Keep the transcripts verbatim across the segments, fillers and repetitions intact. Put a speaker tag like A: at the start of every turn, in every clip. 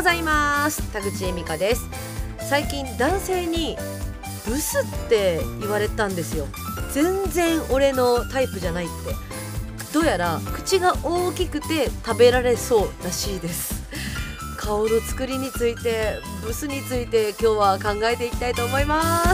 A: ざいます。田口恵美香です。最近男性にブスって言われたんですよ。全然俺のタイプじゃないって。どうやら口が大きくて食べられそうらしいです。顔の作りについて、ブスについて今日は考えていきたいと思います。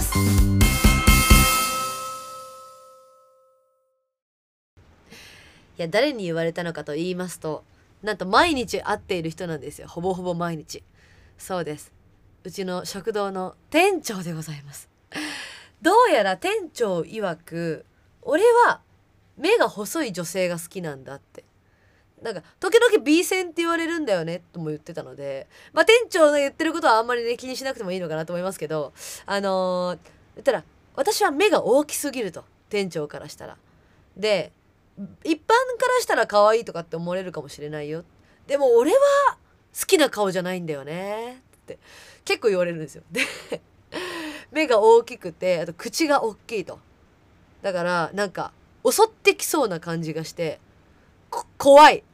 A: いや、誰に言われたのかと言いますと、なんと毎日会っている人なんですよ。ほぼほぼ毎日。そうです。うちの食堂の店長でございます。どうやら店長曰く、俺は目が細い女性が好きなんだって。なんか時々 B 線って言われるんだよねとも言ってたので、まあ店長の言ってることはあんまりね気にしなくてもいいのかなと思いますけど、あのー、言ったら私は目が大きすぎると、店長からしたら。で一般からしたら可愛いとかって思われるかもしれないよ。でも俺は好きな顔じゃないんだよねって結構言われるんですよ。で目が大きくて、あと口が大きいと。だからなんか襲ってきそうな感じがしてこ怖い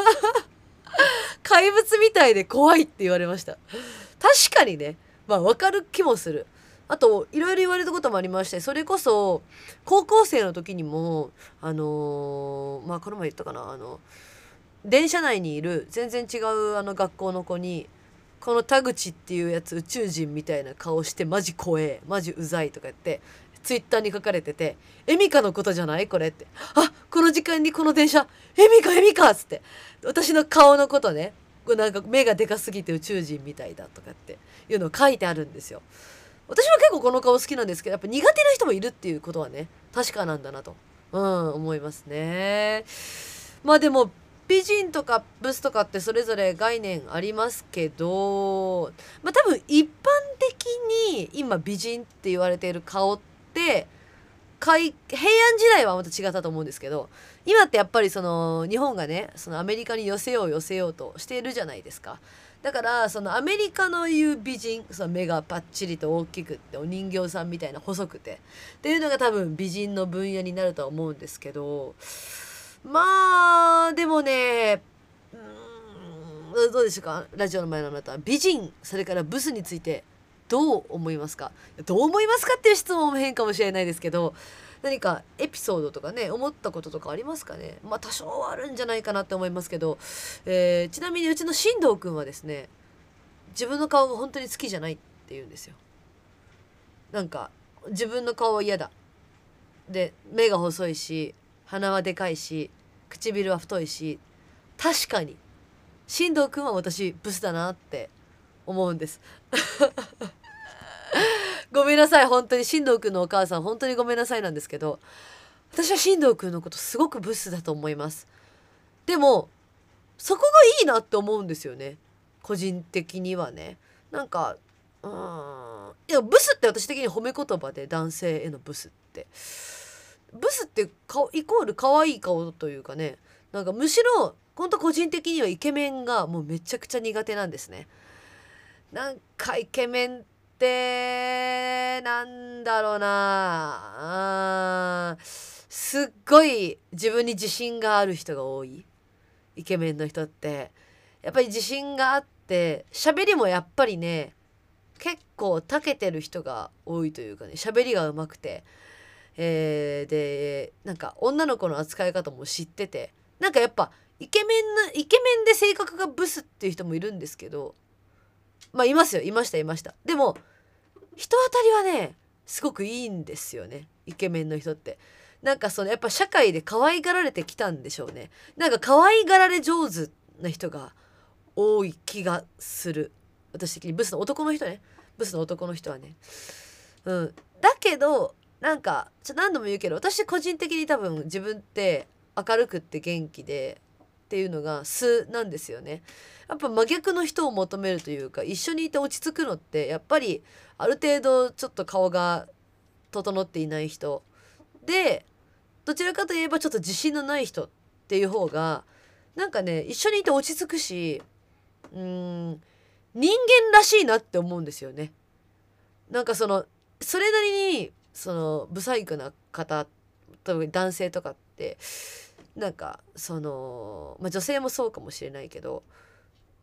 A: 怪物みたいで怖いって言われました。確かにね、まあ分かる気もする。あといろいろ言われたこともありまして、それこそ高校生の時にもあのー、まあこの前言ったかな、あの電車内にいる全然違うあの学校の子に、この田口っていうやつ宇宙人みたいな顔してマジ怖えマジうざいとか言ってツイッターに書かれてて、エミカのことじゃないこれって、あ、この時間にこの電車エミカエミカっつって私の顔のことね、なんか目がでかすぎて宇宙人みたいだとかっていうのを書いてあるんですよ。私は結構この顔好きなんですけど、やっぱ苦手な人もいるっていうことはね確かなんだなと、うん、思いますね。まあでも美人とかブスとかってそれぞれ概念ありますけど、まあ多分一般的に今美人って言われている顔って平安時代はまた違ったと思うんですけど、今ってやっぱりその日本がねそのアメリカに寄せよう寄せようとしているじゃないですか。だからそのアメリカの言う美人、その目がパッチリと大きくってお人形さんみたいな細くてっていうのが多分美人の分野になるとは思うんですけど、まあでもね、うーん、どうでしょうか、ラジオの前のあなた、美人それからブスについてどう思いますか。どう思いますかっていう質問も変かもしれないですけど、何かエピソードとかね思ったこととかありますかね。まあ多少はあるんじゃないかなって思いますけど、えー、ちなみにうちの進藤くんはですね、自分の顔が本当に好きじゃないって言うんですよ。なんか自分の顔は嫌だ。で目が細いし鼻はでかいし唇は太いし、確かに進藤くんは私ブスだなって思うんですごめんなさい、本当に進藤くんのお母さん本当にごめんなさいなんですけど、私は進藤くんのことすごくブスだと思います。でもそこがいいなって思うんですよね、個人的にはね。なんかうーん、いやブスって私的に褒め言葉で、男性へのブスってブスって顔イコール可愛い顔というかね、なんかむしろほんと個人的にはイケメンがもうめちゃくちゃ苦手なんですね。なんかイケメンってなんだろうなあ、すっごい自分に自信がある人が多い。イケメンの人ってやっぱり自信があって喋りもやっぱりね結構長けてる人が多いというかね、喋りが上手くて、えー、でなんか女の子の扱い方も知ってて、なんかやっぱイケメンなイケメンで性格がブスっていう人もいるんですけど、まあいますよ、いましたいました。でも人当たりはねすごくいいんですよね、イケメンの人って。なんかそのやっぱ社会で可愛がられてきたんでしょうね。なんか可愛がられ上手な人が多い気がする、私的に。ブスの男の人ね、ブスの男の人はね、うん、だけどなんかちょ何度も言うけど、私個人的に多分自分って明るくって元気でっていうのが素なんですよね。やっぱ真逆の人を求めるというか、一緒にいて落ち着くのってやっぱりある程度ちょっと顔が整っていない人で、どちらかといえばちょっと自信のない人っていう方がなんかね一緒にいて落ち着くし、うーん、人間らしいなって思うんですよね。なんかそのそれなりにそのブサイクな方、特に男性とかってなんかその、まあ、女性もそうかもしれないけど、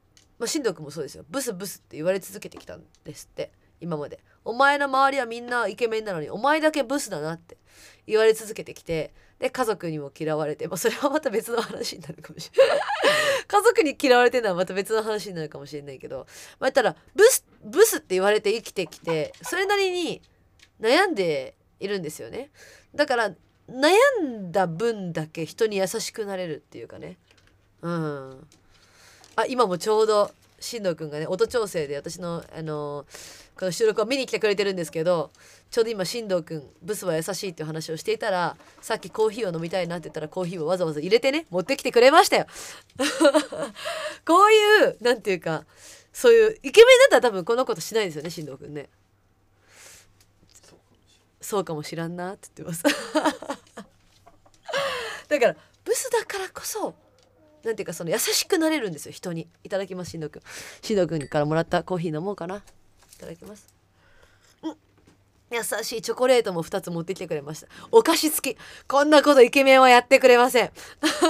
A: まあ進藤君もそうですよ。ブスブスって言われ続けてきたんですって今まで。お前の周りはみんなイケメンなのにお前だけブスだなって言われ続けてきて、で家族にも嫌われて、まあ、それはまた別の話になるかもしれない家族に嫌われてるのはまた別の話になるかもしれないけど、まあ、言ったらブスブスって言われて生きてきてそれなりに悩んでいるんですよね。だから悩んだ分だけ人に優しくなれるっていうかね。うんあ今もちょうど進藤くんがね音調整で私のあのーこの収録を見に来てくれてるんですけど、ちょうど今進藤くんブスは優しいっていう話をしていたら、さっきコーヒーを飲みたいなって言ったらコーヒーをわざわざ入れてね持ってきてくれましたよこういうなんていうかそういうイケメンだったら多分このことしないですよね進藤くんね。そうかもしらんなって言ってますだからブスだからこそなんていうかその優しくなれるんですよ人に。いただきます進藤くん。進藤くんからもらったコーヒー飲もうかな。いただきます。うん優しいチョコレートもふたつ持ってきてくれました。お菓子付き。こんなことイケメンはやってくれません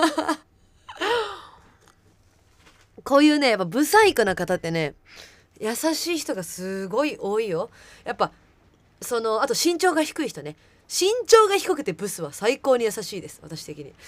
A: こういうねやっぱブサイクな方ってね優しい人がすごい多いよ。やっぱそのあと身長が低い人ね。身長が低くてブスは最高に優しいです私的に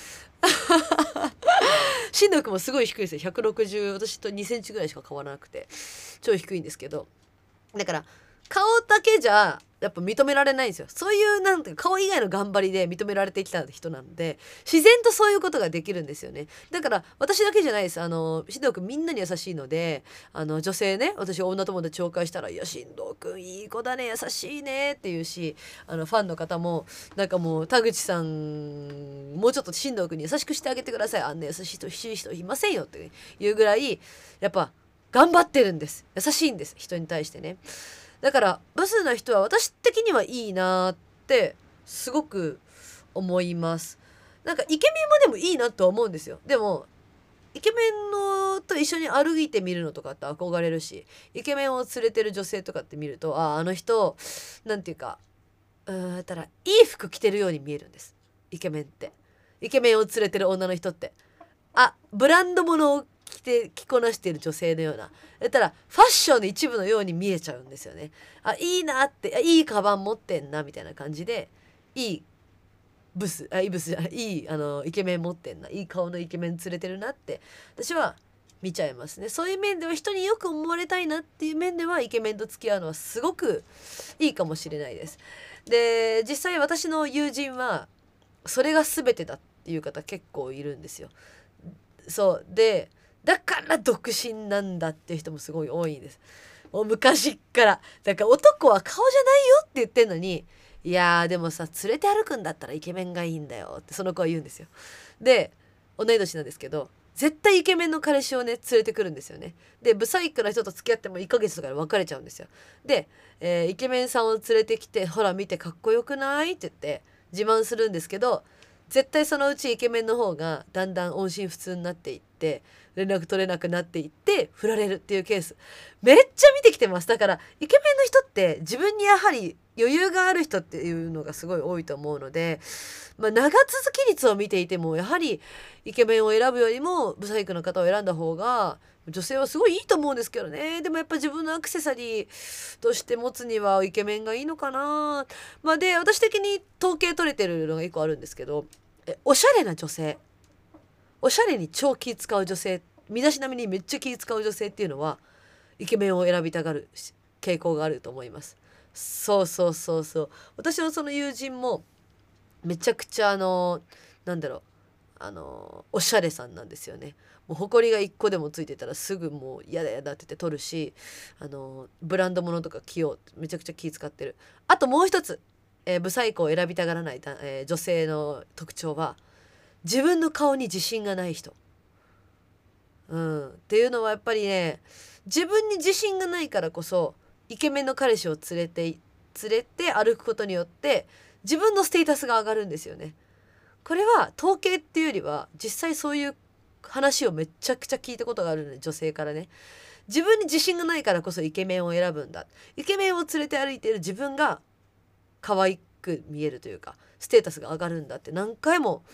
A: 進藤君もすごい低いですよ。ひゃくろくじゅう私とにセンチぐらいしか変わらなくて超低いんですけど、だから顔だけじゃやっぱ認められないんですよ。そういうなんていうか顔以外の頑張りで認められてきた人なんで自然とそういうことができるんですよね。だから私だけじゃないです。あの進藤君みんなに優しいので、あの女性ね私女友達紹介したら「いや進藤君いい子だね優しいね」って言うし、あのファンの方もなんかもう田口さんもうちょっと進藤君に優しくしてあげてください、あんな優しい人しい人いませんよっていうぐらいやっぱ頑張ってるんです。優しいんです人に対してね。だからブスな人は私的にはいいなってすごく思います。なんかイケメンもでもいいなとは思うんですよ。でもイケメンのと一緒に歩いてみるのとかって憧れるし、イケメンを連れてる女性とかって見るとあああの人なんていうかうーんだったらいい服着てるように見えるんです。イケメンってイケメンを連れてる女の人ってあブランド物を着て着こなしている女性のようなだったらファッションの一部のように見えちゃうんですよね。あいいなっていいカバン持ってんなみたいな感じでいいブスあいいブスじゃないいいあのイケメン持ってんないい顔のイケメン連れてるなって私は見ちゃいますね。そういう面では人によく思われたいなっていう面ではイケメンと付き合うのはすごくいいかもしれないです。で実際私の友人はそれが全てだっていう方結構いるんですよ。そうでだから独身なんだっていう人もすごい多いんです。もう昔っからだから男は顔じゃないよって言ってんのにいやーでもさ連れて歩くんだったらイケメンがいいんだよってその子は言うんですよ。で同い年なんですけど絶対イケメンの彼氏をね連れてくるんですよね。でブサイクな人と付き合ってもいっかげつとかで別れちゃうんですよ。で、えーイケメンさんを連れてきてほら見てかっこよくないって言って自慢するんですけど絶対そのうちイケメンの方がだんだん音信不通になっていって連絡取れなくなっていって振られるっていうケースめっちゃ見てきてます。だからイケメンの人って自分にやはり余裕がある人っていうのがすごい多いと思うので、まあ、長続き率を見ていてもやはりイケメンを選ぶよりもブサイクの方を選んだ方が女性はすごいいいと思うんですけどね。でもやっぱ自分のアクセサリーとして持つにはイケメンがいいのかな。まあで私的に統計取れてるのが一個あるんですけどえおしゃれな女性おしゃれに超気使う女性身だしなみにめっちゃ気使う女性っていうのはイケメンを選びたがる傾向があると思います。そうそうそうそう私のその友人もめちゃくちゃあのなんだろうあのおしゃれさんなんですよね。もう埃が一個でもついてたらすぐもう嫌だ嫌だって言って取るしあのブランド物とか着ようめちゃくちゃ気使ってる。あともう一つ、えー、ブサイクを選びたがらない、えー女性の特徴は自分の顔に自信がない人、うん、っていうのはやっぱりね自分に自信がないからこそイケメンの彼氏を連れて連れて歩くことによって自分のステータスが上がるんですよね。これは統計っていうよりは実際そういう話をめちゃくちゃ聞いたことがあるので女性からね自分に自信がないからこそイケメンを選ぶんだイケメンを連れて歩いている自分が可愛く見えるというかステータスが上がるんだって何回も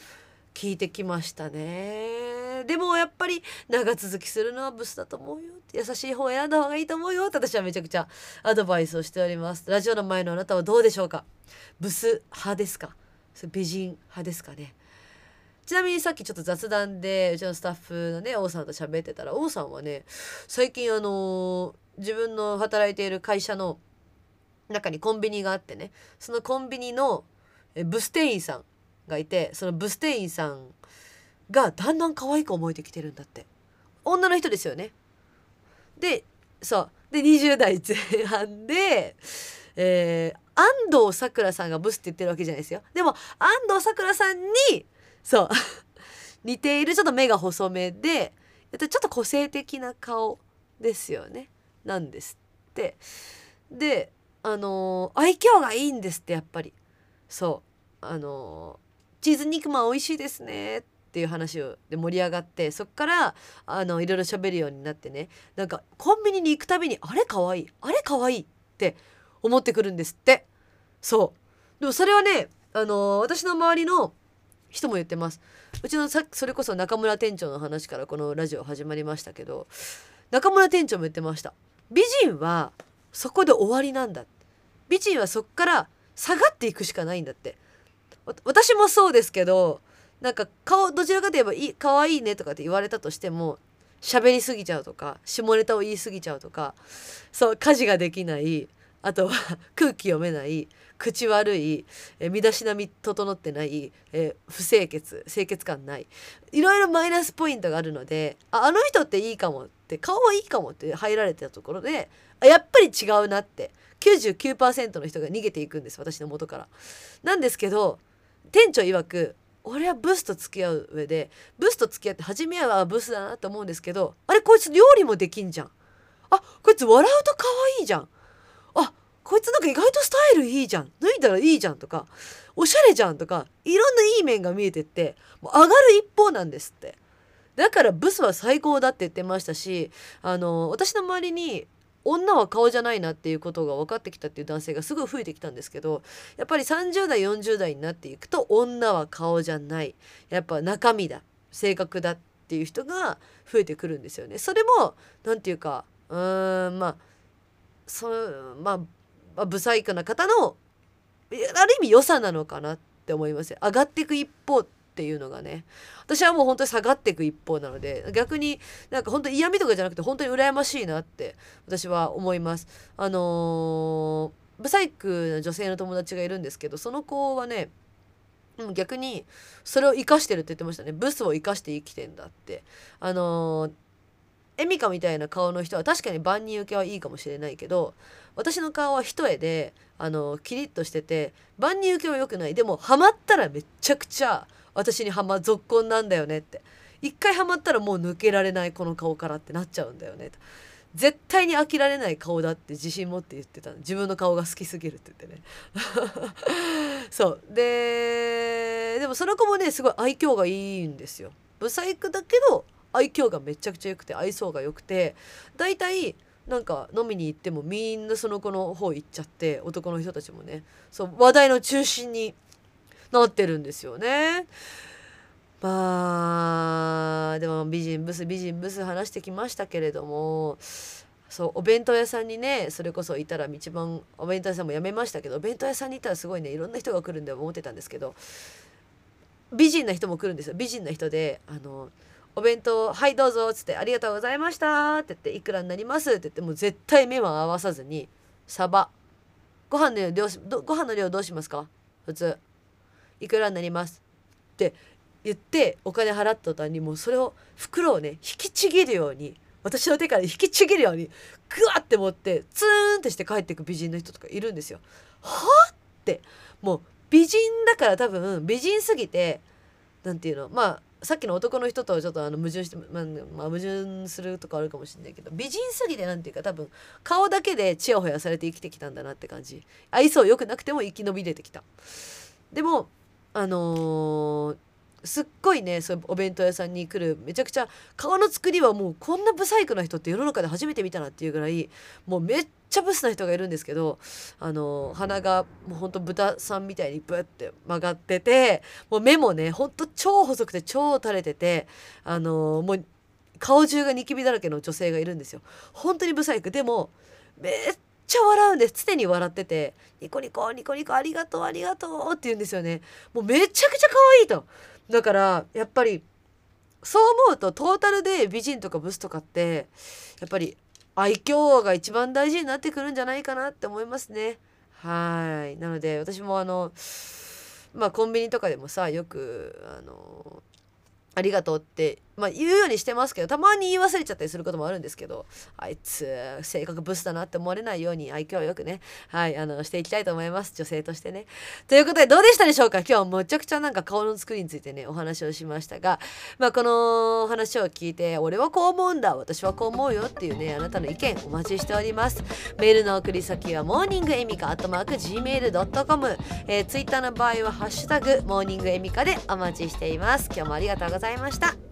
A: 聞いてきましたね。でもやっぱり長続きするのはブスだと思うよ、優しい方を選んだ方がいいと思うよって私はめちゃくちゃアドバイスをしております。ラジオの前のあなたはどうでしょうか。ブス派ですか、美人派ですかね。ちなみにさっきちょっと雑談でうちのスタッフのね王さんと喋ってたら、王さんはね最近あの自分の働いている会社の中にコンビニがあってね、そのコンビニのブス店員さんがいて、そのブス店員さんがだんだん可愛く思えてきてるんだって。女の人ですよね。でそうでにじゅう代前半で、えー、安藤サクラさんがブスって言ってるわけじゃないですよ。でも安藤サクラさんにそう似ている、ちょっと目が細めでちょっと個性的な顔ですよね、なんですって。であのー愛嬌がいいんですって。やっぱりそうあのーチーズ肉まん美味しいですねっていう話をで盛り上がって、そっからあのいろいろ喋るようになってね、なんかコンビニに行くたびにあれかわいいあれかわいいって思ってくるんですって。そうでもそれはね、あのー私の周りの人も言ってます。うちのさそれこそ中村店長の話からこのラジオ始まりましたけど、中村店長も言ってました。美人はそこで終わりなんだ。美人はそっから下がっていくしかないんだって。私もそうですけど、なんか顔どちらかといえばいい可愛いねとかって言われたとしても喋りすぎちゃうとか下ネタを言いすぎちゃうとか、そう家事ができない、あとは空気読めない、口悪い、え身だしなみ整ってない、え不清潔清潔感ない、いろいろマイナスポイントがあるので、ああの人っていいかもって顔はいいかもって入られてたところで、あやっぱり違うなってきゅうじゅうきゅうパーセントの人が逃げていくんです、私の元から。なんですけど店長曰く、俺はブスと付き合う上でブスと付き合って初めはブスだなと思うんですけど、あれこいつ料理もできんじゃん、あこいつ笑うと可愛いじゃん、あこいつなんか意外とスタイルいいじゃん、脱いだらいいじゃんとかおしゃれじゃんとか、いろんないい面が見えてってもう上がる一方なんですって。だからブスは最高だって言ってましたし、あの私の周りに女は顔じゃないなっていうことが分かってきたっていう男性がすごい増えてきたんですけど、やっぱりさんじゅう代よんじゅう代になっていくと女は顔じゃない、やっぱ中身だ性格だっていう人が増えてくるんですよね。それもなんていうかうーんまあそまあ、まあ、ブサイクな方のある意味良さなのかなって思います。上がっていく一方っていうのがね、私はもう本当に下がっていく一方なので、逆になんか本当に嫌味とかじゃなくて本当に羨ましいなって私は思います。あのー、ブサイクな女性の友達がいるんですけど、その子はね逆にそれを生かしてるって言ってましたね。ブスを生かして生きてんだって。あのーエミカみたいな顔の人は確かに万人受けはいいかもしれないけど、私の顔は一重であのキリッとしてて万人受けは良くない。でもハマったらめっちゃくちゃ私にハマ続婚なんだよねって、一回ハマったらもう抜けられないこの顔からってなっちゃうんだよねと、絶対に飽きられない顔だって自信持って言ってた。自分の顔が好きすぎるって言ってねそうででもその子もねすごい愛嬌がいいんですよ。ブサイクだけど愛嬌がめちゃくちゃ良くて愛想が良くて、だいたいなんか飲みに行ってもみんなその子の方行っちゃって、男の人たちもねそう話題の中心になってるんですよね。まあでも美人ブス美人ブス話してきましたけれども、そうお弁当屋さんにねそれこそいたら一番お弁当屋さんも辞めましたけど、お弁当屋さんにいたらすごいねいろんな人が来るんで思ってたんですけど、美人な人も来るんですよ。美人な人であのお弁当はいどうぞっつってありがとうございましたって言っていくらになりますって言ってもう絶対目は合わさずにサバご飯の量どご飯の量どうしますか普通いくらになりますって言ってお金払った途端にもうそれを袋をね引きちぎるように私の手から引きちぎるようにグワッて持ってツーンってして帰っていく美人の人とかいるんですよ。はあってもう美人だから多分美人すぎてなんていうのまあさっきの男の人とちょっとあの矛盾して、まあ、まあ、矛盾するとこあるかもしれないけど美人すぎてなんていうか多分顔だけでチヤホヤされて生きてきたんだなって感じ。愛想良くなくても生き延びれてきた。でもあのー、 すっごいね、そういうお弁当屋さんに来るめちゃくちゃ顔の作りはもうこんなブサイクな人って世の中で初めて見たなっていうぐらいもうめっちゃブスな人がいるんですけど、あの鼻がもうほんと豚さんみたいにブッて曲がってて、もう目もねほんと超細くて超垂れてて、あのもう顔中がニキビだらけの女性がいるんですよ。本当にブサイクでもめっちゃ笑うんです。常に笑っててニコニコニコニコありがとうありがとうって言うんですよね。もうめちゃくちゃ可愛いと。だからやっぱりそう思うとトータルで美人とかブスとかってやっぱり愛嬌が一番大事になってくるんじゃないかなって思いますね。はい。なので私もあのまあコンビニとかでもさよくあのありがとうって、まあ、言うようにしてますけど、たまに言い忘れちゃったりすることもあるんですけど、あいつ性格ブスだなって思われないように愛嬌よくね、はいあのしていきたいと思います、女性としてね。ということでどうでしたでしょうか。今日はむちゃくちゃなんか顔の作りについてねお話をしましたが、まあ、この話を聞いて俺はこう思うんだ私はこう思うよっていうねあなたの意見お待ちしております。メールの送り先はモーニングエミカアットマーク ジーメールドットコム、えー、ツイッターの場合はハッシュタグモーニングエミカでお待ちしています。今日もありがとうございました。